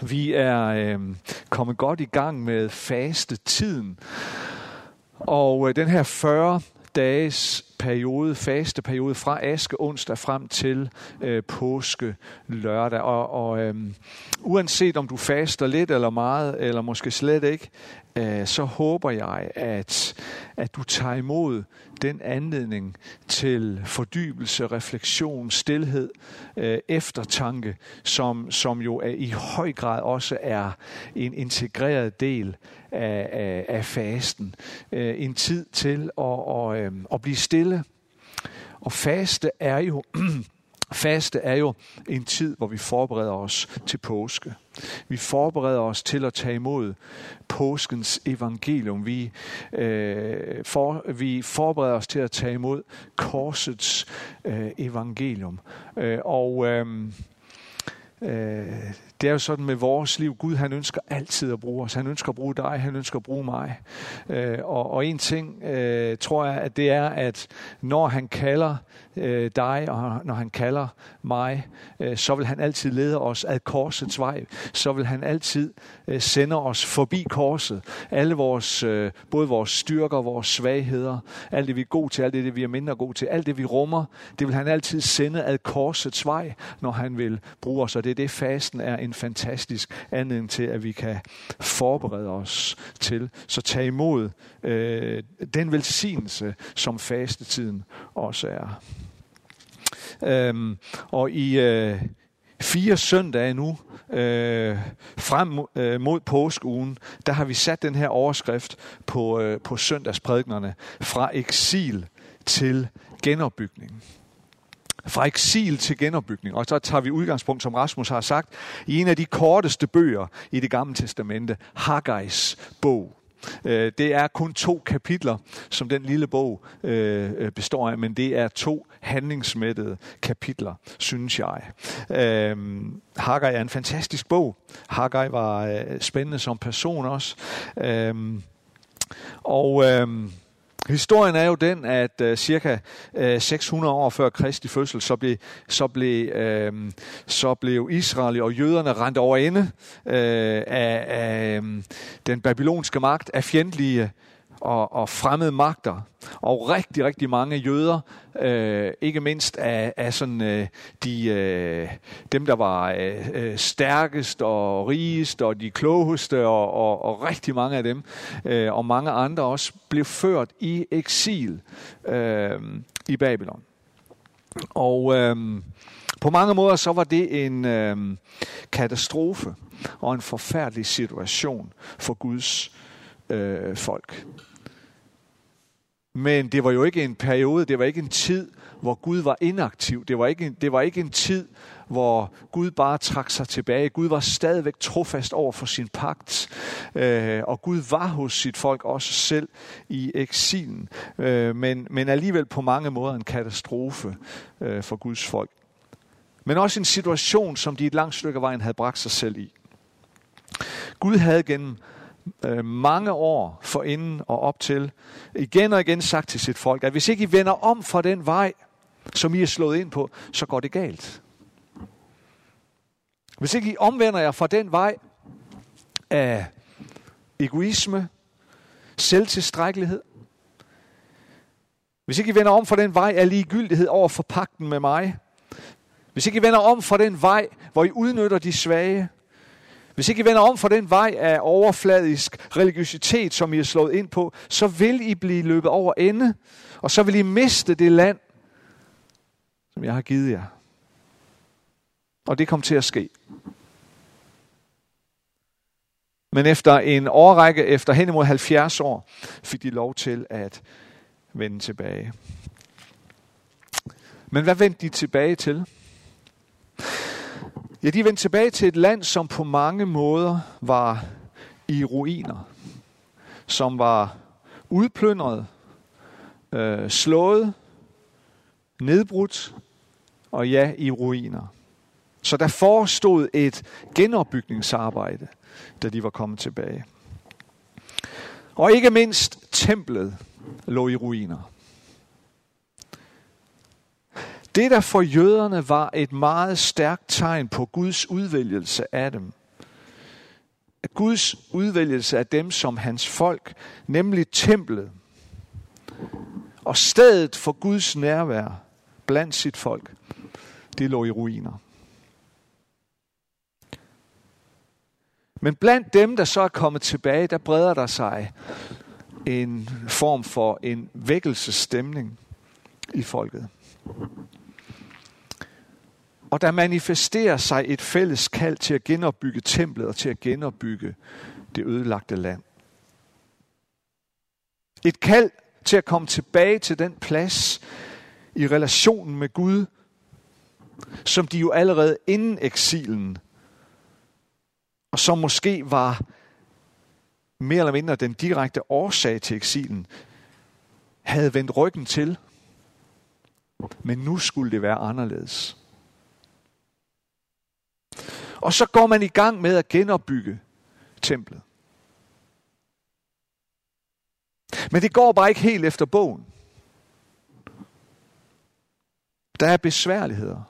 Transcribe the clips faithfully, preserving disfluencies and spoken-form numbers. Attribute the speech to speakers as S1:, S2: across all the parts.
S1: Vi er øh, kommet godt i gang med fastetiden. Og øh, den her fyrre dages periode, fasteperiode fra aske onsdag frem til øh, påske lørdag. Og, og øh, uanset om du faster lidt eller meget, eller måske slet ikke, øh, så håber jeg, at, at du tager imod den anledning til fordybelse, refleksion, stilhed, øh, eftertanke, som, som jo er, i høj grad også er en integreret del af, af, af fasten. Øh, en tid til at, og, øh, at blive stille. Og faste er jo faste er jo en tid, hvor vi forbereder os til påske. Vi forbereder os til at tage imod påskens evangelium. Vi, øh, for, vi forbereder os til at tage imod korsets øh, evangelium. Øh, og øh, øh, det er jo sådan med vores liv. Gud, han ønsker altid at bruge os. Han ønsker at bruge dig, han ønsker at bruge mig. Øh, og, og en ting, øh, tror jeg, at det er, at når han kalder øh, dig, og når han kalder mig, øh, så vil han altid lede os ad korsets vej. Så vil han altid øh, sende os forbi korset. Alle vores, øh, både vores styrker, vores svagheder, alt det vi er gode til, alt det vi er mindre gode til, alt det vi rummer, det vil han altid sende ad korsets vej, når han vil bruge os. Og det er det, fasten er en fantastisk anledning til, at vi kan forberede os til. Så tag imod øh, den velsignelse, som fastetiden også er. Øhm, og i øh, fire søndage nu, øh, frem øh, mod påskeugen, der har vi sat den her overskrift på, øh, på søndagsprædiknerne: fra eksil til genopbygning. Fra eksil til genopbygning. Og så tager vi udgangspunkt, som Rasmus har sagt, i en af de korteste bøger i Det Gamle Testamente, Haggais bog. Det er kun to kapitler, som den lille bog består af, men det er to handlingsmættede kapitler, synes jeg. Haggai er en fantastisk bog. Haggai var spændende som person også. Og historien er jo den, at uh, cirka uh, seks hundrede år før Kristi fødsel, så blev, så blev, uh, så blev Israel og jøderne rendt over ende uh, af, af um, den babylonske magt, af fjendtlige og, og fremmede magter. Og rigtig, rigtig mange jøder, øh, ikke mindst af, af sådan, øh, de, øh, dem, der var øh, stærkest og rigest og de klogeste, og, og, og rigtig mange af dem, øh, og mange andre også, blev ført i eksil øh, i Babylon. Og øh, på mange måder så var det en øh, katastrofe og en forfærdelig situation for Guds øh, folk. Men det var jo ikke en periode, det var ikke en tid, hvor Gud var inaktiv. Det var ikke en, det var ikke en tid, hvor Gud bare trak sig tilbage. Gud var stadigvæk trofast over for sin pagt. Øh, og Gud var hos sit folk også selv i eksilen. Øh, men, men alligevel på mange måder en katastrofe øh, for Guds folk. Men også en situation, som de et langt stykke af vejen havde bragt sig selv i. Gud havde gennem Øh, mange år forinden og op til, igen og igen sagt til sit folk, at hvis ikke I vender om fra den vej, som I er slået ind på, så går det galt. Hvis ikke I omvender jer fra den vej af egoisme, selvtilstrækkelighed, hvis ikke I vender om fra den vej af ligegyldighed over for pagten med mig, hvis ikke I vender om fra den vej, hvor I udnytter de svage, hvis ikke I vender om for den vej af overfladisk religiøsitet, som I er slået ind på, så vil I blive løbet over ende, og så vil I miste det land, som jeg har givet jer. Og det kom til at ske. Men efter en årrække, efter hen imod halvfjerds år, fik de lov til at vende tilbage. Men hvad vendte de tilbage til? Ja, de vendte tilbage til et land, som på mange måder var i ruiner. Som var udplyndret, øh, slået, nedbrudt og ja, i ruiner. Så der forestod et genopbygningsarbejde, da de var kommet tilbage. Og ikke mindst templet lå i ruiner. Det, der for jøderne var et meget stærkt tegn på Guds udvælgelse af dem, Guds udvælgelse af dem som hans folk, nemlig templet, og stedet for Guds nærvær blandt sit folk, det lå i ruiner. Men blandt dem, der så er kommet tilbage, der breder der sig en form for en vækkelsesstemning i folket. Og der manifesterer sig et fælles kald til at genopbygge templet og til at genopbygge det ødelagte land. Et kald til at komme tilbage til den plads i relationen med Gud, som de jo allerede inden eksilen, og som måske var mere eller mindre den direkte årsag til eksilen, havde vendt ryggen til. Men nu skulle det være anderledes. Og så går man i gang med at genopbygge templet. Men det går bare ikke helt efter bogen. Der er besværligheder.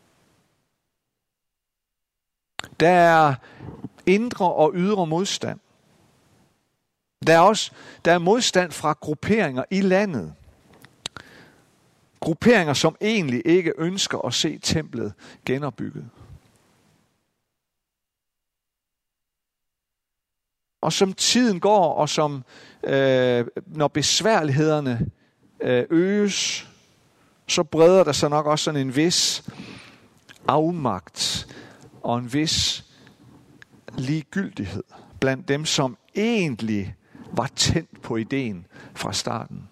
S1: Der er indre og ydre modstand. Der er også der er modstand fra grupperinger i landet. Grupperinger, som egentlig ikke ønsker at se templet genopbygget. Og som tiden går, og som øh, når besværlighederne øh, øges, så breder der sig nok også sådan en vis afmagt og en vis ligegyldighed blandt dem, som egentlig var tændt på ideen fra starten.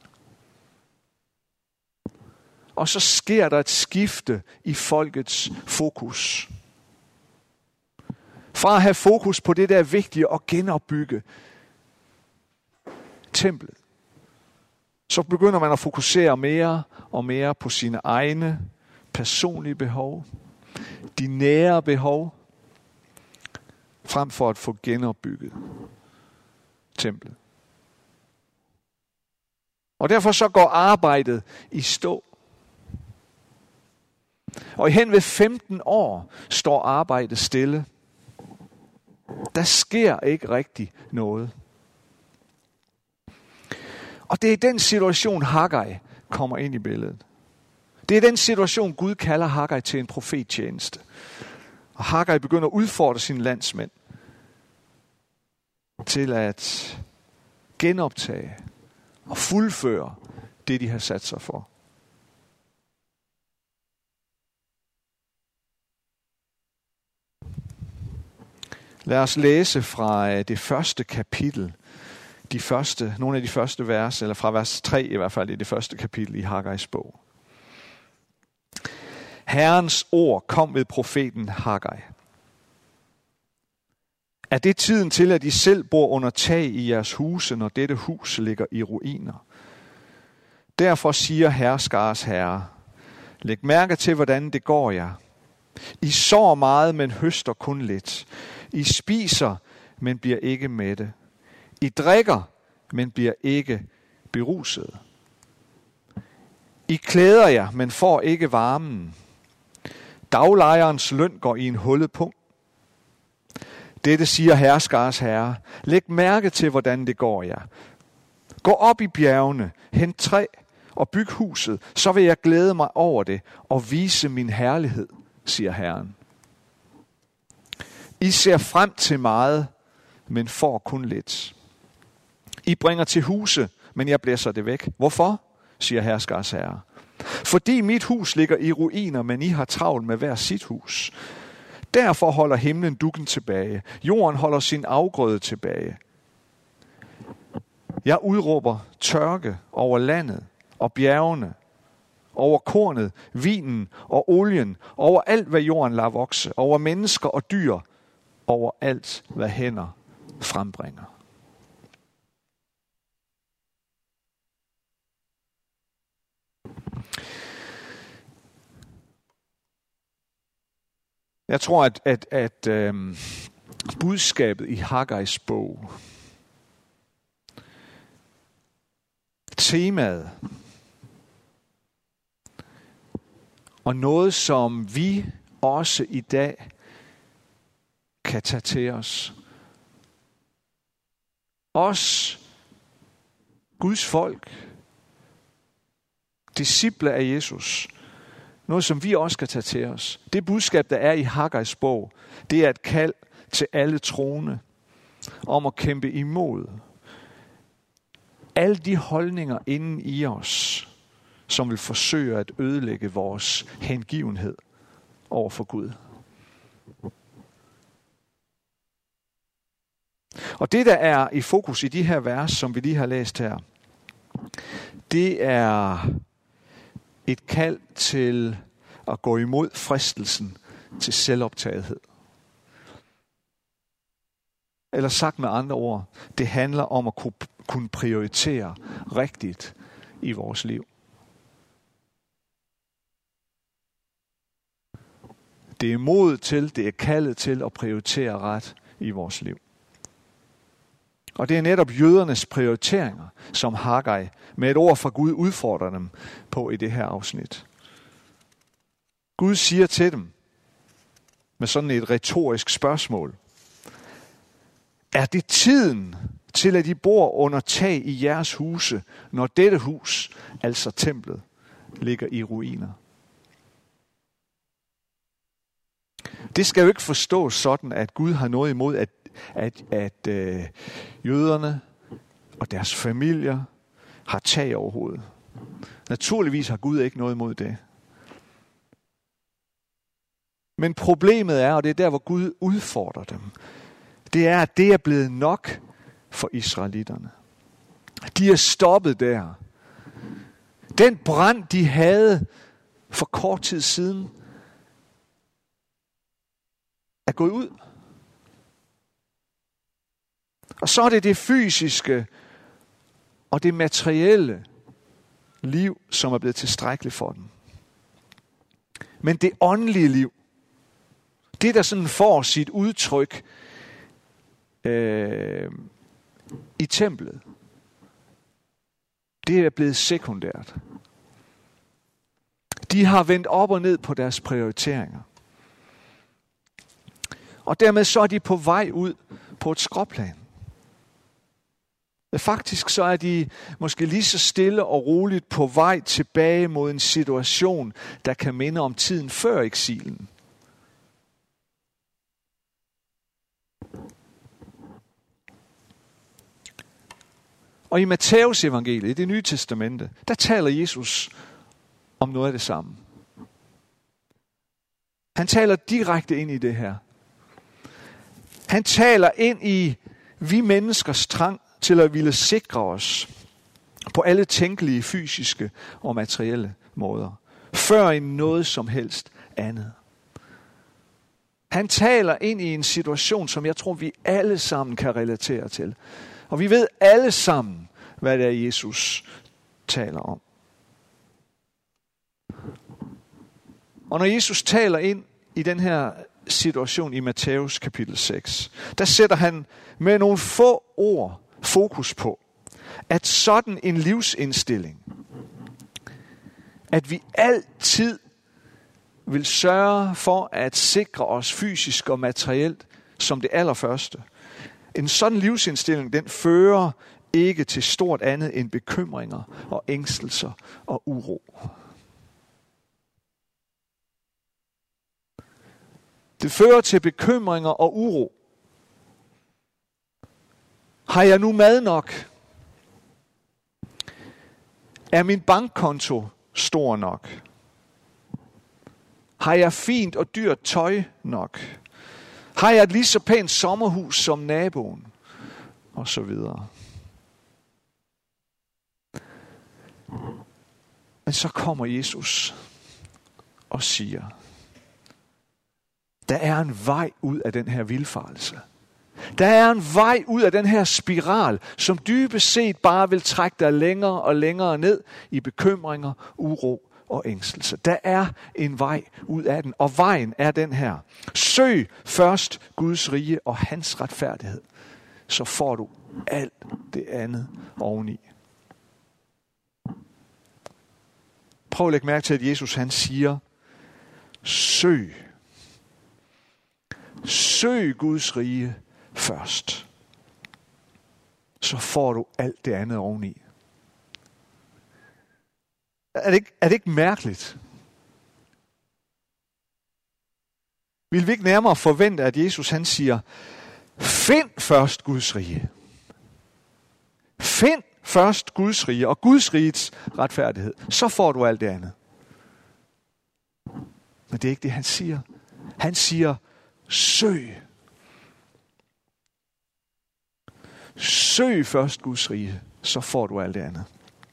S1: Og så sker der et skifte i folkets fokus. Fra at have fokus på det, der er vigtigt at genopbygge templet, så begynder man at fokusere mere og mere på sine egne personlige behov, de nære behov, frem for at få genopbygget templet. Og derfor så går arbejdet i stå. Og hen ved femten år står arbejdet stille. Der sker ikke rigtig noget. Og det er den situation, Haggai kommer ind i billedet. Det er den situation, Gud kalder Haggai til en profettjeneste. Og Haggai begynder at udfordre sine landsmænd til at genoptage og fuldføre det, de har sat sig for. Lad os læse fra det første kapitel, de første, nogle af de første vers, eller fra vers tre i hvert fald i det første kapitel i Haggais bog. Herrens ord kom ved profeten Haggai. Er det tiden til, at I selv bor under tag i jeres huse, når dette hus ligger i ruiner? Derfor siger herskars herre, læg mærke til, hvordan det går jer. I sår meget, men høster kun lidt. I spiser, men bliver ikke mætte. I drikker, men bliver ikke beruset. I klæder jer, men får ikke varmen. Daglejerens løn går i en hullet punkt. Dette siger herskars herre. Læg mærke til, hvordan det går jer. Gå op i bjergene, hent træ og byg huset, så vil jeg glæde mig over det og vise min herlighed, siger Herren. I ser frem til meget, men får kun lidt. I bringer til huse, men jeg blæser det væk. Hvorfor? Siger herskars herre. Fordi mit hus ligger i ruiner, men I har travlt med hver sit hus. Derfor holder himlen dukken tilbage. Jorden holder sin afgrøde tilbage. Jeg udråber tørke over landet og bjergene, over kornet, vinen og olien, over alt, hvad jorden lader vokse, over mennesker og dyr, over alt, hvad hænder frembringer. Jeg tror, at, at, at øhm, budskabet i Haggais bog, temaet, og noget, som vi også i dag kan tage til os, os, Guds folk, disciple af Jesus, noget som vi også skal tage til os. Det budskab, der er i Haggais bog, det er et kald til alle troende om at kæmpe imod alle de holdninger inden i os, som vil forsøge at ødelægge vores hengivenhed over for Gud. Og det, der er i fokus i de her vers, som vi lige har læst her, det er et kald til at gå imod fristelsen til selvoptagethed. Eller sagt med andre ord, det handler om at kunne prioritere rigtigt i vores liv. Det er modet til, det er kaldet til at prioritere ret i vores liv. Og det er netop jødernes prioriteringer, som Haggai med et ord fra Gud udfordrer dem på i det her afsnit. Gud siger til dem med sådan et retorisk spørgsmål: er det tiden til, at I bor under tag i jeres huse, når dette hus, altså templet, ligger i ruiner? Det skal jo ikke forstås sådan, at Gud har noget imod, at, at, at øh, jøderne og deres familier har tag over hovedet. Naturligvis har Gud ikke noget imod det. Men problemet er, og det er der, hvor Gud udfordrer dem, det er, at det er blevet nok for israelitterne. De er stoppet der. Den brand, de havde for kort tid siden, er gået ud. Og så er det det fysiske og det materielle liv, som er blevet tilstrækkeligt for dem. Men det åndelige liv, det der sådan får sit udtryk øh, i templet, det er blevet sekundært. De har vendt op og ned på deres prioriteringer. Og dermed så er de på vej ud på et skråplan. Faktisk så er de måske lige så stille og roligt på vej tilbage mod en situation, der kan minde om tiden før eksilen. Og i Matthæus evangeliet, i det nye testamente, der taler Jesus om noget af det samme. Han taler direkte ind i det her. Han taler ind i vi menneskers trang til at ville sikre os på alle tænkelige fysiske og materielle måder, før i noget som helst andet. Han taler ind i en situation, som jeg tror, vi alle sammen kan relatere til. Og vi ved alle sammen, hvad det er, Jesus taler om. Og når Jesus taler ind i den her situation i Matthæus kapitel seks, der sætter han med nogle få ord fokus på, at sådan en livsindstilling, at vi altid vil sørge for at sikre os fysisk og materielt som det allerførste. En sådan livsindstilling, den fører ikke til stort andet end bekymringer og ængstelser og uro. Det fører til bekymringer og uro. Har jeg nu mad nok? Er min bankkonto stor nok? Har jeg fint og dyrt tøj nok? Har jeg et lige så pænt sommerhus som naboen? Og så videre. Men så kommer Jesus og siger, der er en vej ud af den her vildfarelse. Der er en vej ud af den her spiral, som dybest set bare vil trække dig længere og længere ned i bekymringer, uro og ængstelse. Der er en vej ud af den, og vejen er den her. Søg først Guds rige og hans retfærdighed, så får du alt det andet oveni. Prøv at lægge mærke til, at Jesus han siger, søg. Søg Guds rige først. så får du alt det andet oveni. Er det ikke, er det ikke mærkeligt? Vil vi ikke nærmere forvente, at Jesus han siger, find først Guds rige. Find først Guds rige og Guds rigets retfærdighed. Så får du alt det andet. Men det er ikke det, han siger. Han siger, søg. Søg først Guds rige, så får du alt det andet.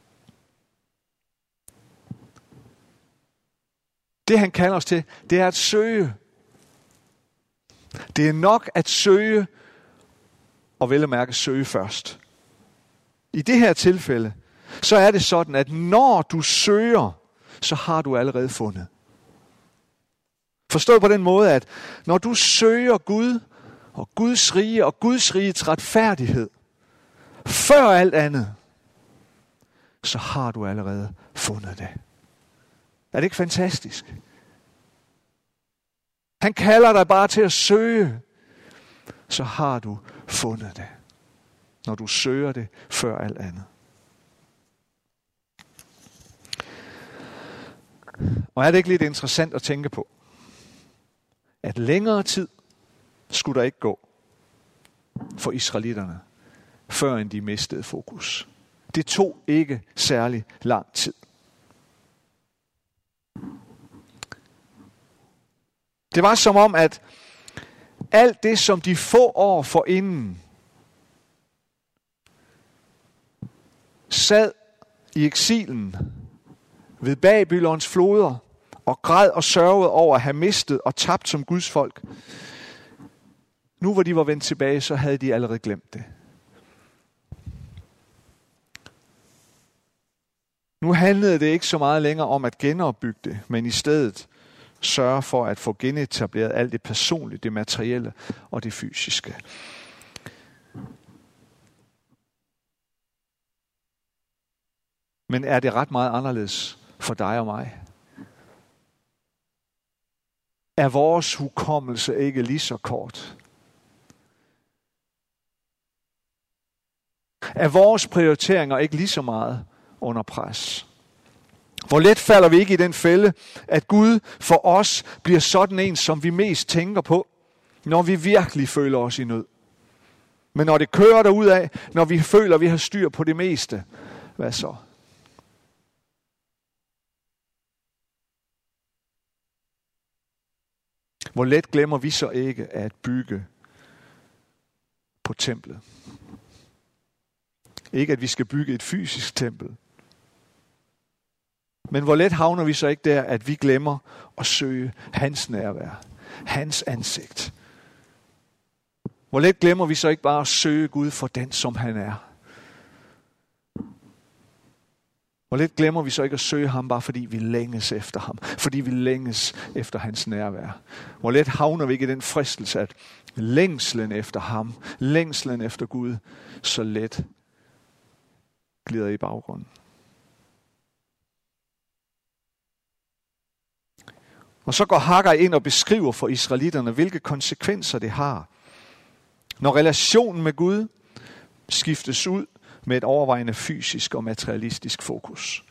S1: Det han kalder os til, det er at søge. Det er nok at søge, og vel at mærke søge først. I det her tilfælde, så er det sådan, at når du søger, så har du allerede fundet. Forstået på den måde, at når du søger Gud, og Guds rige, og Guds rigets retfærdighed, før alt andet, så har du allerede fundet det. Er det ikke fantastisk? Han kalder dig bare til at søge, så har du fundet det. Når du søger det før alt andet. Og er det ikke lidt interessant at tænke på, at længere tid skulle der ikke gå for israelitterne, før end de mistede fokus. Det tog ikke særlig lang tid. Det var som om, at alt det, som de få år forinden sad i eksilen ved Babylons floder og græd og sørgede over at have mistet og tabt som Guds folk. Nu hvor de var vendt tilbage, så havde de allerede glemt det. Nu handlede det ikke så meget længere om at genopbygge det, men i stedet sørge for at få genetableret alt det personlige, det materielle og det fysiske. Men er det ret meget anderledes for dig og mig? Er vores hukommelse ikke lige så kort? Er vores prioriteringer ikke lige så meget under pres? Hvor let falder vi ikke i den fælde, at Gud for os bliver sådan en, som vi mest tænker på, når vi virkelig føler os i nød. Men når det kører derudad, når vi føler, at vi har styr på det meste, hvad så? Hvor let glemmer vi så ikke at bygge på templet? Ikke at vi skal bygge et fysisk tempel. Men hvor let havner vi så ikke der, at vi glemmer at søge hans nærvær, hans ansigt? Hvor let glemmer vi så ikke bare at søge Gud for den, som han er? Hvor let glemmer vi så ikke at søge ham, bare fordi vi længes efter ham, fordi vi længes efter hans nærvær? Hvor let havner vi ikke i den fristelse, at længslen efter ham, længslen efter Gud, så let glider i baggrunden? Og så går Haggai ind og beskriver for israelitterne, hvilke konsekvenser det har, når relationen med Gud skiftes ud med et overvejende fysisk og materialistisk fokus.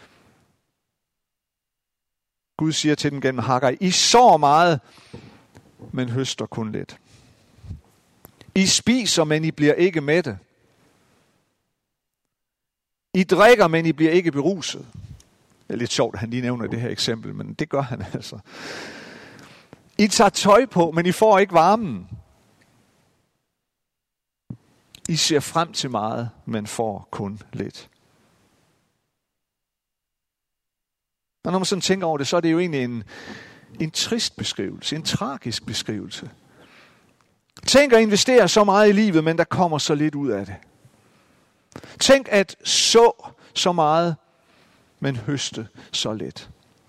S1: Gud siger til dem gennem Haggai, I sår meget, men høster kun lidt. I spiser, men I bliver ikke mætte. I drikker, men I bliver ikke beruset. Det er lidt sjovt, at han lige nævner det her eksempel, men det gør han altså. I tager tøj på, men I får ikke varmen. I ser frem til meget, men får kun lidt. Og når man sådan tænker over det, så er det jo egentlig en, en trist beskrivelse, en tragisk beskrivelse. Tænk at investere så meget i livet, men der kommer så lidt ud af det. Tænk at så så meget, men høste så lidt.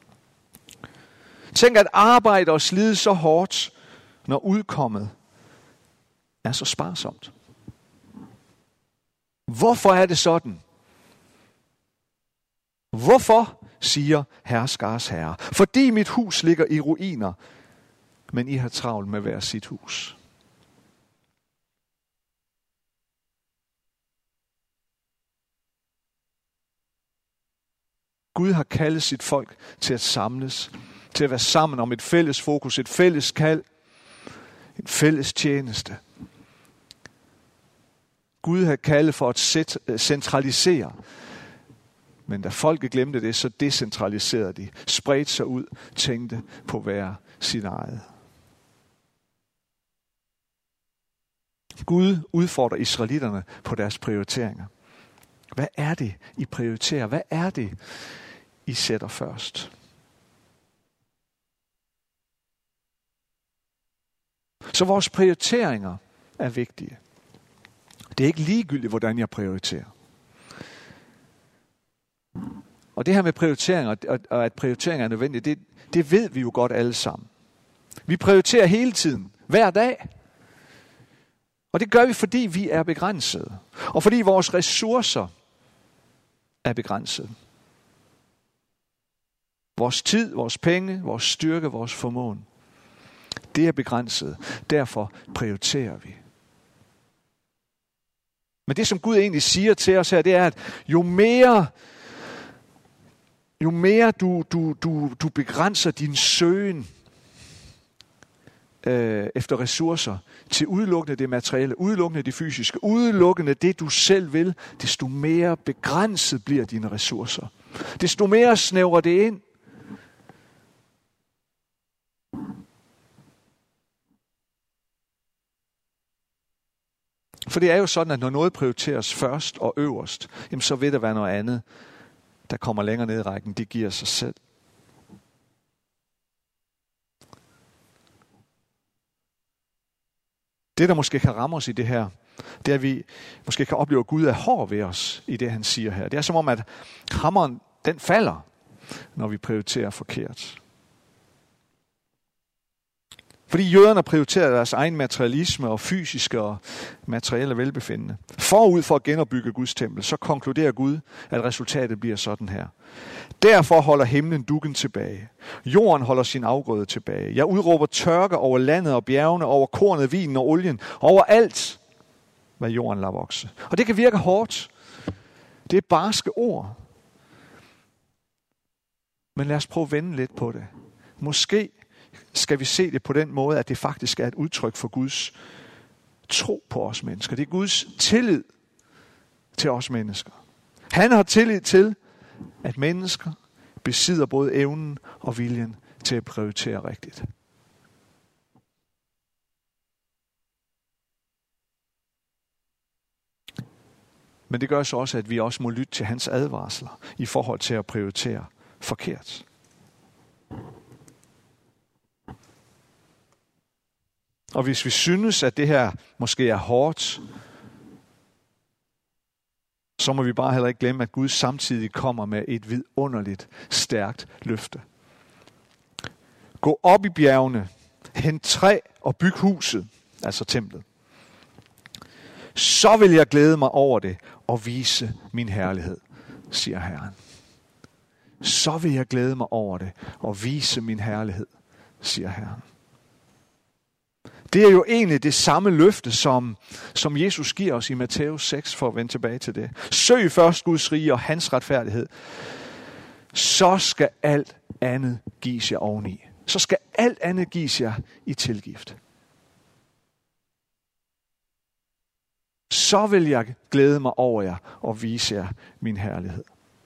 S1: Tænk at arbejde og slide så hårdt, når udkommet er så sparsomt. Hvorfor er det sådan? Hvorfor, siger herskars herre? Fordi mit hus ligger i ruiner, men I har travlt med hver sit hus. Gud har kaldet sit folk til at samles, til at være sammen om et fælles fokus, et fælles kald, en fælles tjeneste. Gud har kaldet for at centralisere. Men da folket glemte det, så decentraliserede de, spredte sig ud, tænkte på at være sin eget. Gud udfordrer israelitterne på deres prioriteringer. Hvad er det, I prioriterer? Hvad er det, I sætter først? Så vores prioriteringer er vigtige. Det er ikke ligegyldigt, hvordan jeg prioriterer. Og det her med prioriteringer, og at prioriteringer er nødvendigt, det, det ved vi jo godt alle sammen. Vi prioriterer hele tiden, hver dag. Og det gør vi, fordi vi er begrænsede. Og fordi vores ressourcer er begrænsede. Vores tid, vores penge, vores styrke, vores formåen. Det er begrænset. Derfor prioriterer vi. Men det, som Gud egentlig siger til os her, det er, at jo mere, jo mere du, du, du, du begrænser din søgen øh, efter ressourcer til udelukkende det materielle, udelukkende det fysiske, udelukkende det, du selv vil, desto mere begrænset bliver dine ressourcer. Desto mere snævrer det ind. For det er jo sådan, at når noget prioriteres først og øverst, jamen så vil der være noget andet, der kommer længere ned i rækken. Det giver sig selv. Det, der måske kan ramme os i det her, det er, at vi måske kan opleve, at Gud er hård ved os i det, han siger her. Det er som om, at hammeren, den falder, når vi prioriterer forkert. Fordi jøderne prioriterer deres egen materialisme og fysiske og materielle velbefindende. Forud for at genopbygge Guds tempel, så konkluderer Gud, at resultatet bliver sådan her. Derfor holder himlen dukken tilbage. Jorden holder sin afgrøde tilbage. Jeg udråber tørke over landet og bjergene, over kornet, vinen og olien, over alt, hvad jorden lader vokse. Og det kan virke hårdt. Det er barske ord. Men lad os prøve at vende lidt på det. Måske skal vi se det på den måde, at det faktisk er et udtryk for Guds tro på os mennesker. Det er Guds tillid til os mennesker. Han har tillid til, at mennesker besidder både evnen og viljen til at prioritere rigtigt. Men det gør så også, at vi også må lytte til hans advarsler i forhold til at prioritere forkert. Og hvis vi synes, at det her måske er hårdt, så må vi bare heller ikke glemme, at Gud samtidig kommer med et vidunderligt, stærkt løfte. Gå op i bjergene, hent træ og byg huset, altså templet. Så vil jeg glæde mig over det og vise min herlighed, siger Herren. Så vil jeg glæde mig over det og vise min herlighed, siger Herren. Det er jo egentlig det samme løfte, som, som Jesus giver os i Matthæus seks, for at vende tilbage til det. Søg først Guds rige og hans retfærdighed. Så skal alt andet gives jer oveni. Så skal alt andet gives jer i tilgift. Så vil jeg glæde mig over jer og vise jer min herlighed.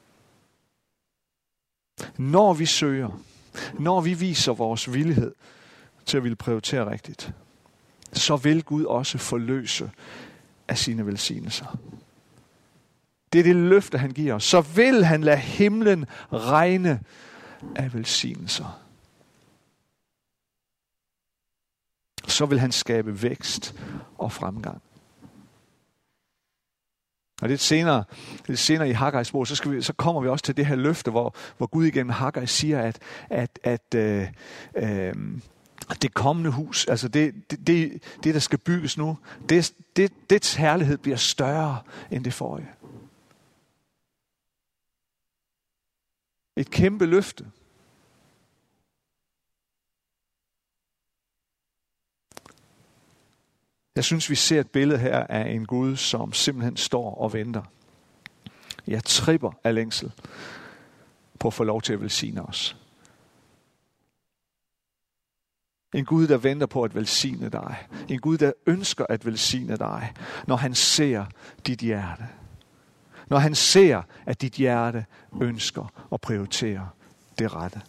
S1: Når vi søger, når vi viser vores villighed til at ville prioritere rigtigt, så vil Gud også forløse af sine velsignelser. Det er det løfte, han giver os. Så vil han lade himlen regne af velsignelser. Så vil han skabe vækst og fremgang. Og lidt senere, lidt senere i Haggais bog, så, skal vi, så kommer vi også til det her løfte, hvor, hvor Gud igennem Haggai siger, at, at, at øh, øh, det kommende hus, altså det, det, det, det der skal bygges nu, det, det, dets herlighed bliver større end det forrige. Et kæmpe løfte. Jeg synes, vi ser et billede her af en Gud, som simpelthen står og venter. Jeg tripper af længsel på at få lov til at velsigne os. En Gud, der venter på at velsigne dig. En Gud, der ønsker at velsigne dig, når han ser dit hjerte. Når han ser, at dit hjerte ønsker at prioritere det rette.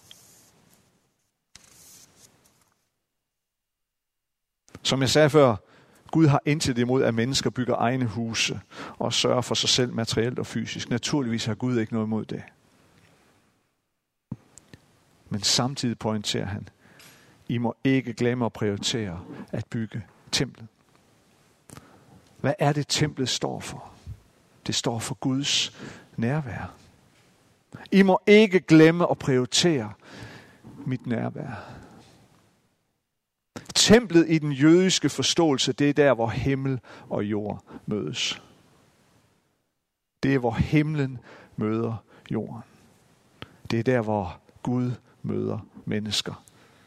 S1: Som jeg sagde før, Gud har intet imod, at mennesker bygger egne huse og sørger for sig selv materielt og fysisk. Naturligvis har Gud ikke noget imod det. Men samtidig pointerer han, I må ikke glemme at prioritere at bygge templet. Hvad er det, templet står for? Det står for Guds nærvær. I må ikke glemme at prioritere mit nærvær. Templet i den jødiske forståelse, det er der, hvor himmel og jord mødes. Det er, hvor himlen møder jorden. Det er der, hvor Gud møder mennesker.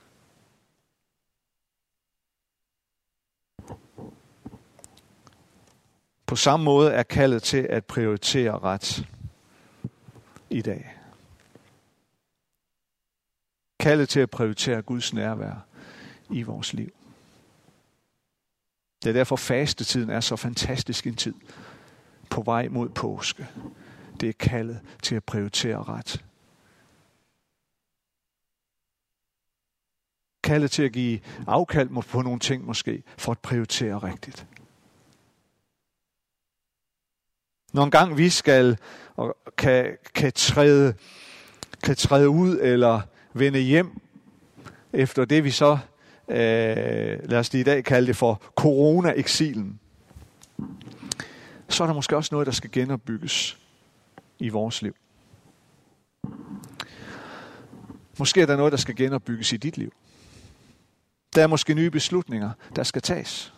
S1: På samme måde er kaldet til at prioritere ret i dag. Kaldet til at prioritere Guds nærvær i vores liv. Det er derfor fastetiden er så fantastisk en tid på vej mod påske. Det er kaldet til at prioritere ret. Kaldet til at give afkald på nogle ting måske, for at prioritere rigtigt. Når en gang vi skal og kan, kan, træde, kan træde ud eller vende hjem efter det, vi så, øh, lad os lige i dag kalde det for corona-eksilen, så er der måske også noget, der skal genopbygges i vores liv. Måske er der noget, der skal genopbygges i dit liv. Der er måske nye beslutninger, der skal tages.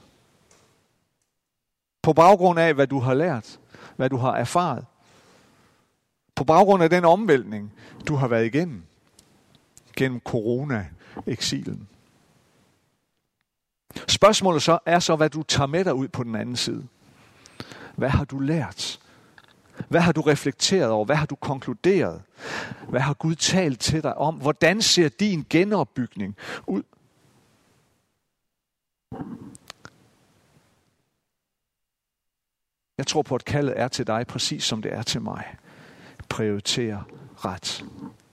S1: På baggrund af, hvad du har lært, hvad du har erfaret. På baggrund af den omvæltning, du har været igennem. Gennem corona-eksilen. Spørgsmålet så er så, hvad du tager med dig ud på den anden side. Hvad har du lært? Hvad har du reflekteret over? Hvad har du konkluderet? Hvad har Gud talt til dig om? Hvordan ser din genopbygning ud? Jeg tror på, at kaldet er til dig, præcis som det er til mig. Prioriter ret.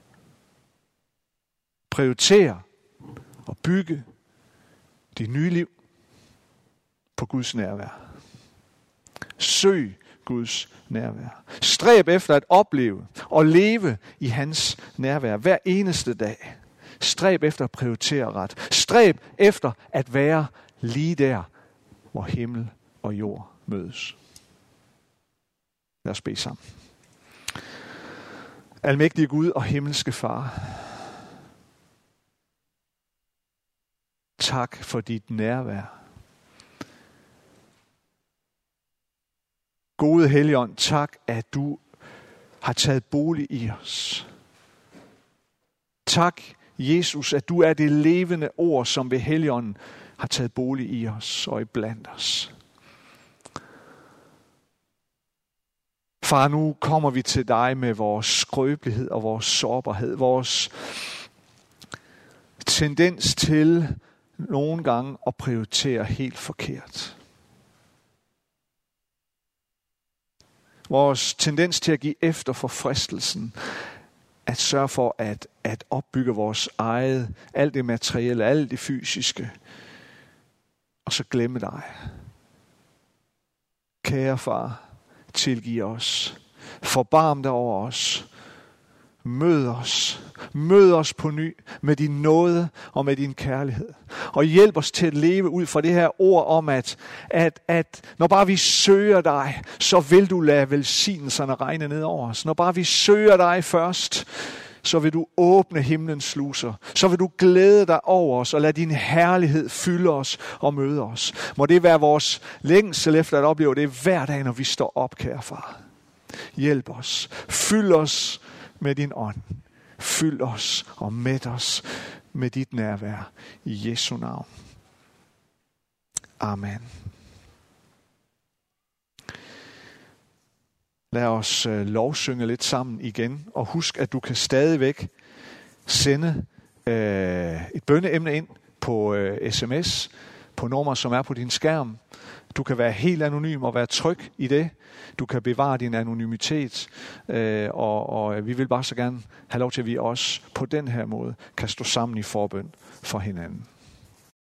S1: Prioriter og bygge dit nye liv på Guds nærvær. Søg Guds nærvær. Stræb efter at opleve og leve i hans nærvær hver eneste dag. Stræb efter at prioritere ret. Stræb efter at være lige der, hvor himmel og jord mødes. Lad os bede sammen. Almægtige Gud og himmelske Far, tak for dit nærvær. Gode Helligånd, tak, at du har taget bolig i os. Tak, Jesus, at du er det levende ord, som ved Helligånden har taget bolig i os og iblandt os. Far, nu kommer vi til dig med vores skrøbelighed og vores sårbarhed, vores tendens til nogle gange at prioritere helt forkert. Vores tendens til at give efter for fristelsen, at sørge for at, at opbygge vores eget, alt det materielle, alt det fysiske, og så glemme dig. Kære far, tilgiv os. Forbarm dig over os. Mød os. Mød os på ny med din nåde og med din kærlighed. Og hjælp os til at leve ud fra det her ord om, at, at, at når bare vi søger dig, så vil du lade velsignelserne regne ned over os. Når bare vi søger dig først, så vil du åbne himlens sluser. Så vil du glæde dig over os og lade din herlighed fylde os og møde os. Må det være vores længsel efter at opleve det hver dag, når vi står op, kære far. Hjælp os. Fyld os med din ånd. Fyld os og mæt os med dit nærvær. I Jesu navn. Amen. Lad os øh, lovsynge lidt sammen igen, og husk, at du kan stadigvæk sende øh, et bønneemne ind på øh, sms, på nummer, som er på din skærm. Du kan være helt anonym og være tryg i det. Du kan bevare din anonymitet, øh, og, og vi vil bare så gerne have lov til, at vi også på den her måde kan stå sammen i forbøn for hinanden.